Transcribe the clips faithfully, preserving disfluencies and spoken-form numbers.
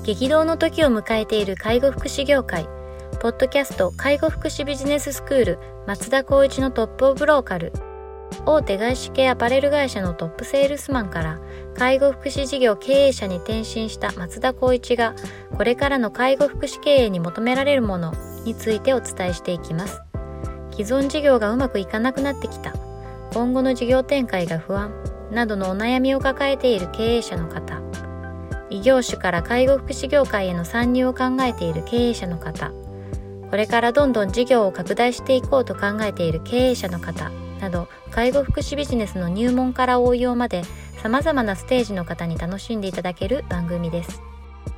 激動の時を迎えている介護福祉業界。ポッドキャスト介護福祉ビジネススクール松田光一のトップオブローカル。大手外資系アパレル会社のトップセールスマンから介護福祉事業経営者に転身した松田光一が、これからの介護福祉経営に求められるものについてお伝えしていきます。既存事業がうまくいかなくなってきた、今後の事業展開が不安などのお悩みを抱えている経営者の方、異業種から介護福祉業界への参入を考えている経営者の方、これからどんどん事業を拡大していこうと考えている経営者の方など、介護福祉ビジネスの入門から応用まで様々なステージの方に楽しんでいただける番組です。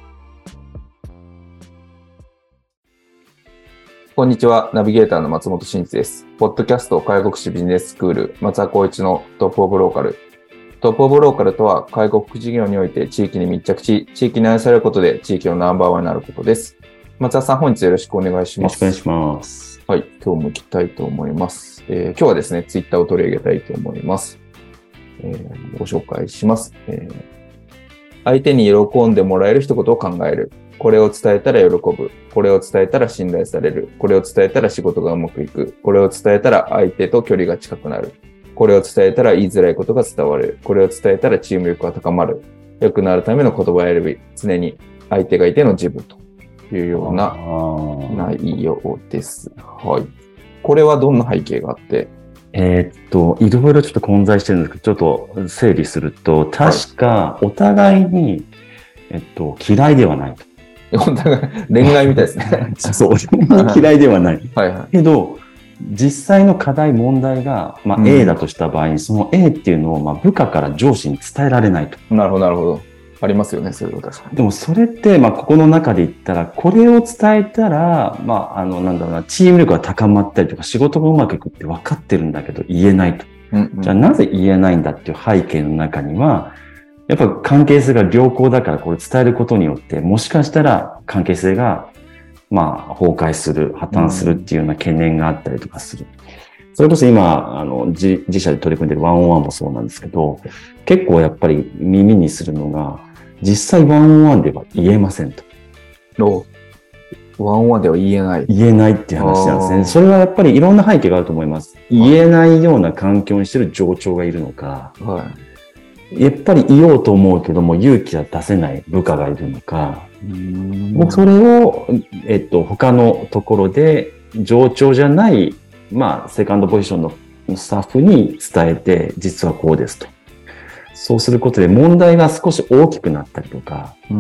こんにちは、ナビゲーターの松本真一です。ポッドキャスト介護福祉ビジネススクール松田光一のトップオブローカル。トップオブローカルとは、介護福祉事業において地域に密着し、地域に愛されることで地域のナンバーワンになることです。松田さん、本日よろしくお願いします。 よろしくお願いします。 はい、今日も行きたいと思います。えー、今日はですね、ツイッターを取り上げたいと思います。えー、ご紹介します、えー。相手に喜んでもらえる一言を考える。これを伝えたら喜ぶ。これを伝えたら信頼される。これを伝えたら仕事がうまくいく。これを伝えたら相手と距離が近くなる。これを伝えたら言いづらいことが伝わる。これを伝えたらチーム力が高まる。良くなるための言葉を選び、常に相手がいての自分というような内容です。はい。これはどんな背景があって？ えー、っと、いろいろちょっと混在してるんですけど、ちょっと整理すると、確かお互いに、えっと、嫌いではないと。 お互い恋愛みたいですね。 そう、嫌いではない。 はいはい。 けど、実際の課題、問題が、まあ、A だとした場合に、うん、その A っていうのを、まあ、部下から上司に伝えられないと。 なるほど、なるほど。ありますよね、そういうこと確かに。 でもそれって、まあ、ここの中で言ったら、これを伝えたら、まあ、あの、なんだろうな、チーム力が高まったりとか、仕事がうまくいくって分かってるんだけど、言えないと。うんうん、じゃあ、なぜ言えないんだっていう背景の中には、やっぱ関係性が良好だから、これ伝えることによって、もしかしたら関係性が、まあ、崩壊する、破綻するっていうような懸念があったりとかする。うん、それこそ今、あの、自、自社で取り組んでいるワンオンワンもそうなんですけど、結構やっぱり耳にするのが、実際ワンオンワンでは言えませんと。 ワンオンワンでは言えない。 言えないっていう話なんですね。それはやっぱりいろんな背景があると思います。言えないような環境にしている上長がいるのか、はい、やっぱり言おうと思うけども勇気が出せない部下がいるのか、うーん、もうそれを、えっと、他のところで上長じゃない、まあ、セカンドポジションのスタッフに伝えて、実はこうですと。そうすることで問題が少し大きくなったりとか、うん、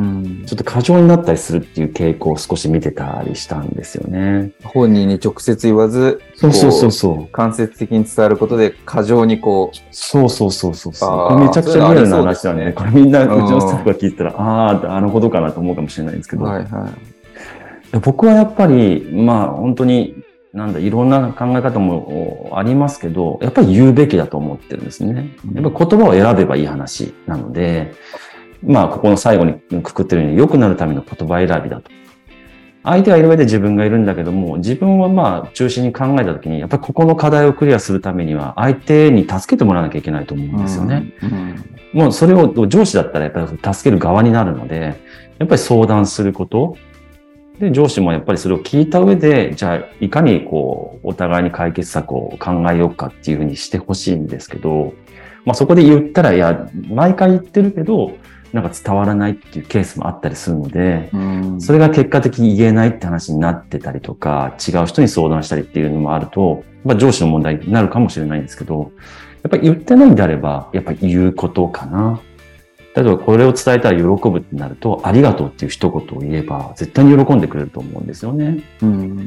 ちょっと過剰になったりするっていう傾向を少し見てたりしたんですよね。 本人に直接言わず、 そうそうそうそう。 間接的に伝わることで過剰にこう。 そうそうそうそうそう。これめちゃくちゃリアルな話なんで、ね、これみんなうちのスタッフが聞いたら、ああ、あのことかなと思うかもしれないんですけど、はいはい、僕はやっぱり、まあ本当に、なんだ、いろんな考え方もありますけど、やっぱり言うべきだと思ってるんですね。やっぱり言葉を選べばいい話なので、まあ、ここの最後にくくってるように良くなるための言葉選びだと。相手がいる上で自分がいるんだけども、自分はまあ、中心に考えたときに、やっぱりここの課題をクリアするためには、相手に助けてもらわなきゃいけないと思うんですよね。うんうん、もうそれを上司だったらやっぱり助ける側になるので、やっぱり相談すること、で、上司もやっぱりそれを聞いた上で、じゃあ、いかにこう、お互いに解決策を考えようかっていうふうにしてほしいんですけど、まあそこで言ったら、いや、毎回言ってるけど、なんか伝わらないっていうケースもあったりするので、それが結果的に言えないって話になってたりとか、違う人に相談したりっていうのもあると、まあ上司の問題になるかもしれないんですけど、やっぱり言ってないんであれば、やっぱり言うことかな。例えばこれを伝えたら喜ぶってなると、ありがとうっていう一言を言えば、絶対に喜んでくれると思うんですよね。うん、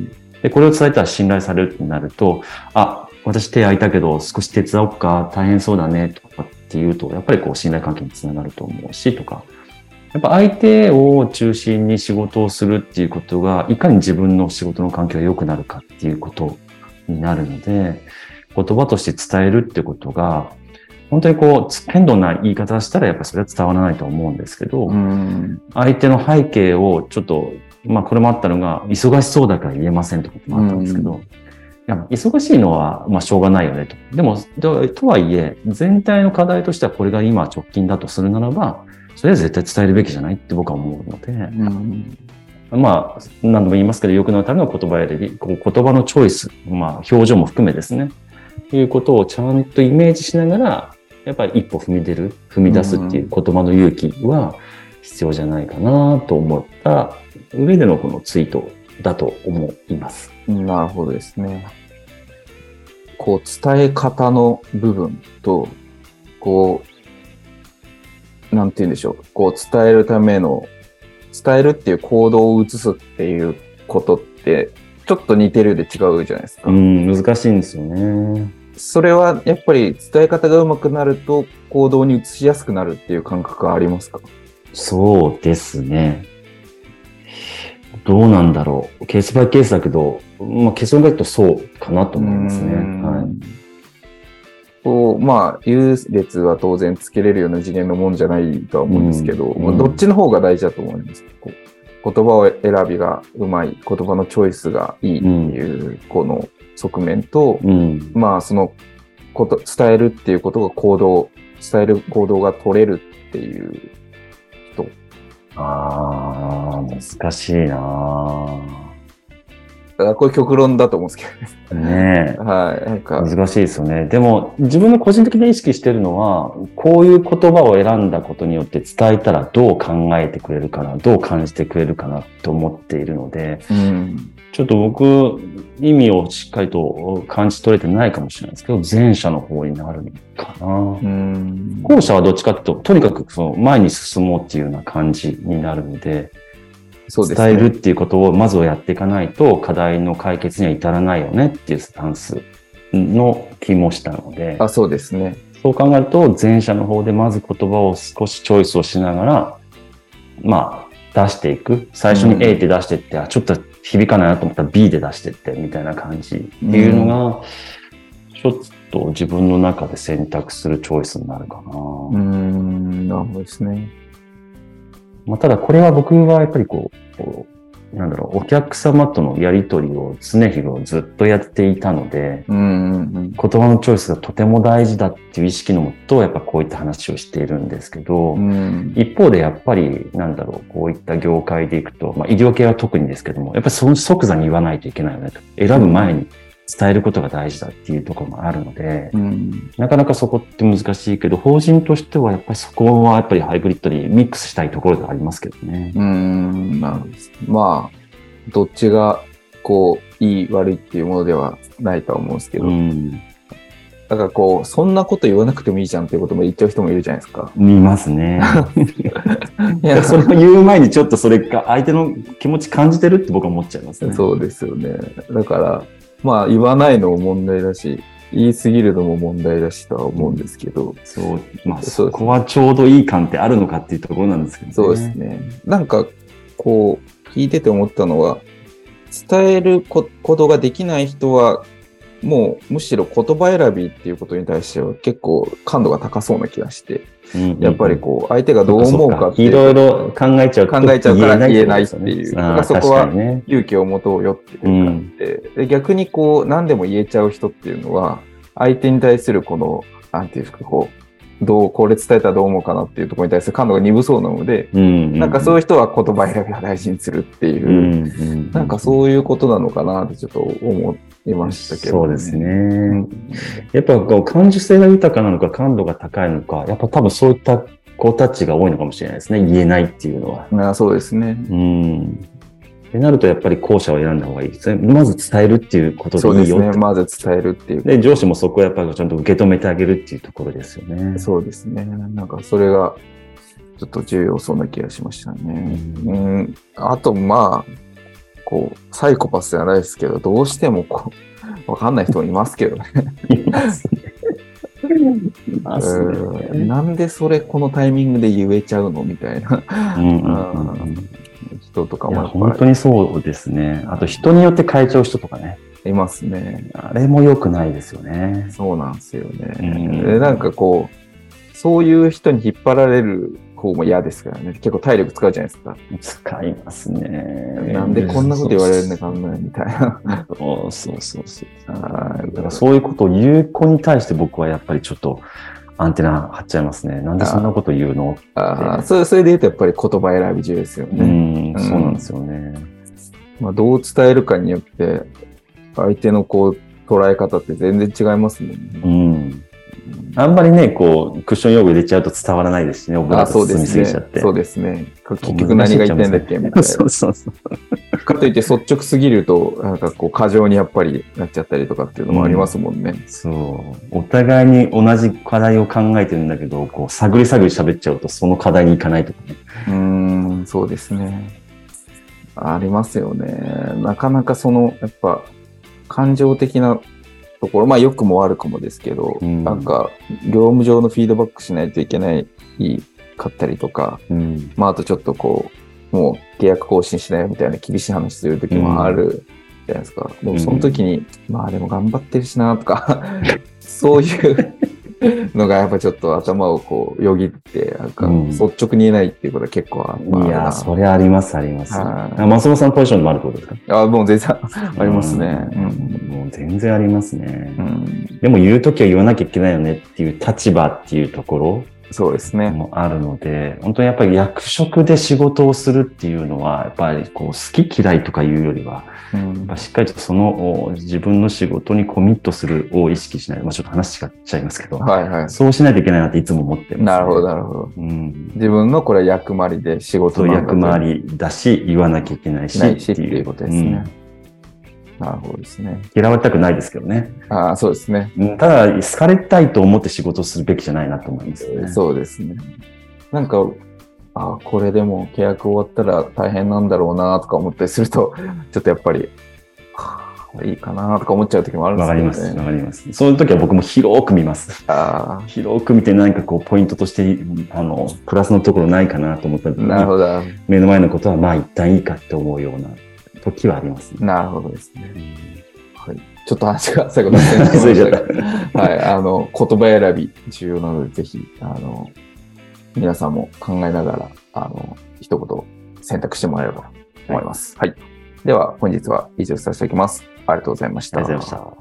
で、これを伝えたら信頼されるってなると、あ、私手空いたけど少し手伝おうか、大変そうだね、とかっていうと、やっぱりこう信頼関係につながると思うし、とか。やっぱ相手を中心に仕事をするっていうことが、いかに自分の仕事の環境が良くなるかっていうことになるので、言葉として伝えるってことが、本当にこう、変動な言い方したらやっぱりそれは伝わらないと思うんですけど、うん、相手の背景をちょっと、まあこれもあったのが、忙しそうだから言えませんとかもあったんですけど、うん、いや忙しいのはまあしょうがないよねと。でも、とはいえ、全体の課題としてはこれが今直近だとするならば、 それは絶対伝えるべきじゃないって僕は思うので、 うんまあ、何度も言いますけど、良くなるための言葉選び、こう言葉のチョイス、まあ、表情も含めですね、いうことをちゃんとイメージしながら、やっぱり一歩踏み出る、踏み出すっていう言葉の勇気は必要じゃないかなと思った上でのこのツイートだと思います。 なるほどですね。こう、伝え方の部分と、こう、なんて言うんでしょう、こう、伝えるための、伝えるっていう行動を移すっていうことって、ちょっと似てるで違うじゃないですか。 うん、難しいんですよね。 それはやっぱり伝え方が上手くなると行動に移しやすくなるっていう感覚はありますか？ そうですね。どうなんだろう。ケースバイケースだけど、まあ、結論が言うとそうかなと思いますね。はい。 こう、まあ、優劣は当然つけれるような次元のもんじゃないとは思うんですけど、まあ、どっちの方が大事だと思います。こう言葉を選びがうまい、言葉のチョイスがいいっていう、この側面と、うん、まあ、そのこと、伝えるっていうことが行動、伝える行動が取れるっていう人。 ああ、難しいなぁ。 これ極論だと思うんですけどね。ねえ。 はい。なんか。 難しいですよね。でも、自分の個人的に意識してるのは、こういう言葉を選んだことによって伝えたらどう考えてくれるかな、どう感じてくれるかなと思っているので、うん、ちょっと僕、意味をしっかりと感じ取れてないかもしれないですけど、前者の方になるのかな。うん、後者はどっちかというと、とにかくその前に進もうっていうような感じになるので、そうですね、伝えるっていうことをまずはやっていかないと課題の解決には至らないよねっていうスタンスの気もしたので。 あ、そうですね。 そう考えると前者の方でまず言葉を少しチョイスをしながら、まあ出していく。最初に A って出してって、うん、あ、ちょっと響かないなと思ったら B で出してってみたいな感じっていうのが、ちょっと自分の中で選択するチョイスになるかな。 うーん、なるほどですね。 まあ、ただこれは僕はやっぱりこう、こうなんだろう、お客様とのやりとりを常日頃ずっとやっていたので、うんうんうん、言葉のチョイスがとても大事だっていう意識のもと、やっぱこういった話をしているんですけど、うん、一方でやっぱりなんだろう、こういった業界でいくと、まあ医療系は特にですけども、やっぱりその即座に言わないといけないよねと。選ぶ前に伝えることが大事だっていうところもあるので、うん、なかなかそこって難しいけど、法人としてはやっぱりそこはやっぱりハイブリッドにミックスしたいところではありますけどね。 うーん、なるほど。まあ、どっちがこう、いい悪いっていうものではないとは思うんですけど、うん、だからこう、そんなこと言わなくてもいいじゃんっていうことも言っちゃう人もいるじゃないですか。 いますね。いや、それを言う前にちょっとそれか、相手の気持ち感じてるって僕は思っちゃいますね。 そうですよね。だから、まあ言わないのも問題だし、言い過ぎるのも問題だしとは思うんですけど。うん、 そう。まあそこはちょうどいい感ってあるのかっていうところなんですけどね。 そうですね。なんか、こう、聞いてて思ったのは、伝えることができない人は、もうむしろ言葉選びっていうことに対しては結構感度が高そうな気がして、うんうんうん、やっぱりこう、相手がどう思うかっていう。 いろいろ考えちゃう考えちゃうから言えないっていう。だからそこは勇気を持とうよっていうかって、うん、で逆にこう、何でも言えちゃう人っていうのは、相手に対するこの、なんていうんですか、こう、どう、これ伝えたらどう思うかなっていうところに対する感度が鈍そうなので、うんうんうん、なんかそういう人は言葉選びを大事にするっていう、うんうんうん、なんかそういうことなのかなってちょっと思いましたけど、 ね。そうですね。やっぱこう感受性が豊かなのか感度が高いのか、やっぱ多分そういった子たちが多いのかもしれないですね。言えないっていうのは。 ああ、そうですね。 うん。ってなるとやっぱり後者を選んだ方がいいですね。まず伝えるっていうことでいいよって。 そうですね。まず伝えるっていう。 で、上司もそこをやっぱりちゃんと受け止めてあげるっていうところですよね。 そうですね。なんかそれがちょっと重要そうな気がしましたね。うん。うん、あと、まあ、こう、サイコパスじゃないですけど、どうしてもこう、わかんない人もいますけどね。 いますね。いますね。 なんでそれこのタイミングで言えちゃうのみたいな。うんうんうんうん人とかもやっぱり。 本当にそうですね。あと人によって変えちゃう人とかね。 いますね。 あれも良くないですよね。 そうなんですよね。うん、でなんかこう、そういう人に引っ張られる方も嫌ですからね。結構体力使うじゃないですか。 使いますね。 なんでこんなこと言われるのかんないみたいな。 そうそうそうそう。だからそういうことを言う子に対して僕はやっぱりちょっと、 アンテナ張っちゃいますね。なんでそんなこと言うの？ ああ、それ、それで言うとやっぱり言葉選び重要ですよね。 うん、そうなんですよね。 まあ、どう伝えるかによって、相手のこう、捉え方って全然違いますもんね。 うん。あんまりね、こう、クッション用語入れちゃうと伝わらないですしね、オブラート包みすぎちゃって。 そうですね。結局何が言ってんだっけみたいな。そうそうそう。かといって率直すぎると、なんかこう、過剰にやっぱりなっちゃったりとかっていうのもありますもんね。うん、 そう。お互いに同じ課題を考えてるんだけど、こう、探り探り喋っちゃうと、その課題に行かないとかね。 うーん、そうですね。ありますよね。なかなかその、やっぱ、感情的なところ、まあ良くも悪くもですけど、うん、なんか業務上のフィードバックしないといけないかったりとか、うん、まああとちょっとこう、もう契約更新しないみたいな厳しい話する時もあるじゃないですか。うん、でもその時に、うん、まあでも頑張ってるしなとか、そういうのがやっぱちょっと頭をこうよぎって、なんか率直に言えないっていうことは結構あるな、 うん、いや、それありますあります。松本さんポジションもあるってことですか？ あ、もう全然ありますね。 うんうん、もう全然ありますね。うん、でも言うときは言わなきゃいけないよねっていう立場っていうところ。 そうですね。 もあるので、本当にやっぱり役職で仕事をするっていうのは、やっぱりこう好き嫌いとかいうよりは、うん、やっぱしっかりとその自分の仕事にコミットするを意識しない。まあちょっと話しちゃいますけど、はいはい、そうしないといけないなっていつも思ってます、ね。 なるほど、なるほど。うん、自分のこれ役回りで仕事なんだと。役回りだし、言わなきゃいけないし、 ないしっていうことですね。うんなるほどですね。 嫌われたくないですけどね。 ああ、そうですね。 ただ、好かれたいと思って仕事をするべきじゃないなと思いますね。 そうですね。なんか、ああ、これでも契約終わったら大変なんだろうなとか思ったりすると、ちょっとやっぱり、はあ、いいかなとか思っちゃう時もあるんですけどね。 わかります。わかります。そういう時は僕も広く見ます。ああ。広く見て何かこう、ポイントとして、あの、プラスのところないかなと思った時に、 なるほど。 目の前のことはまあ一旦いいかって思うような。時はありますね。 なるほどですね。はい。ちょっと話が最後脱線しましたが、はい。あの、言葉選び重要なので、ぜひ、あの、皆さんも考えながら、あの、一言選択してもらえればと思います。はい。はい、では、本日は以上させていただきます。ありがとうございました。 ありがとうございました。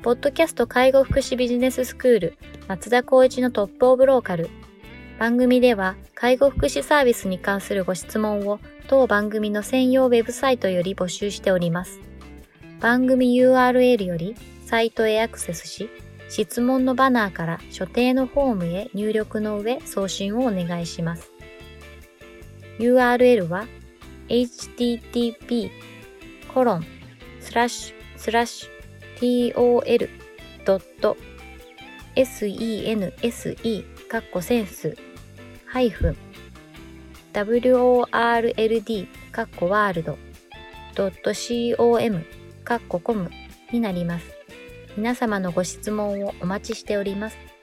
ポッドキャスト介護福祉ビジネススクール松田光一のトップオブローカル。番組では介護福祉サービスに関するご質問を当番組の専用ウェブサイトより募集しております。番組 ユーアールエル よりサイトへアクセスし、質問のバナーから所定のフォームへ入力の上送信をお願いします。ユーアールエル は エイチティーティーピーコロンスラッシュスラッシュ トルドットセンスかっこセンスハイフン world かっこワールドドット com かっこコムになります。皆様のご質問をお待ちしております。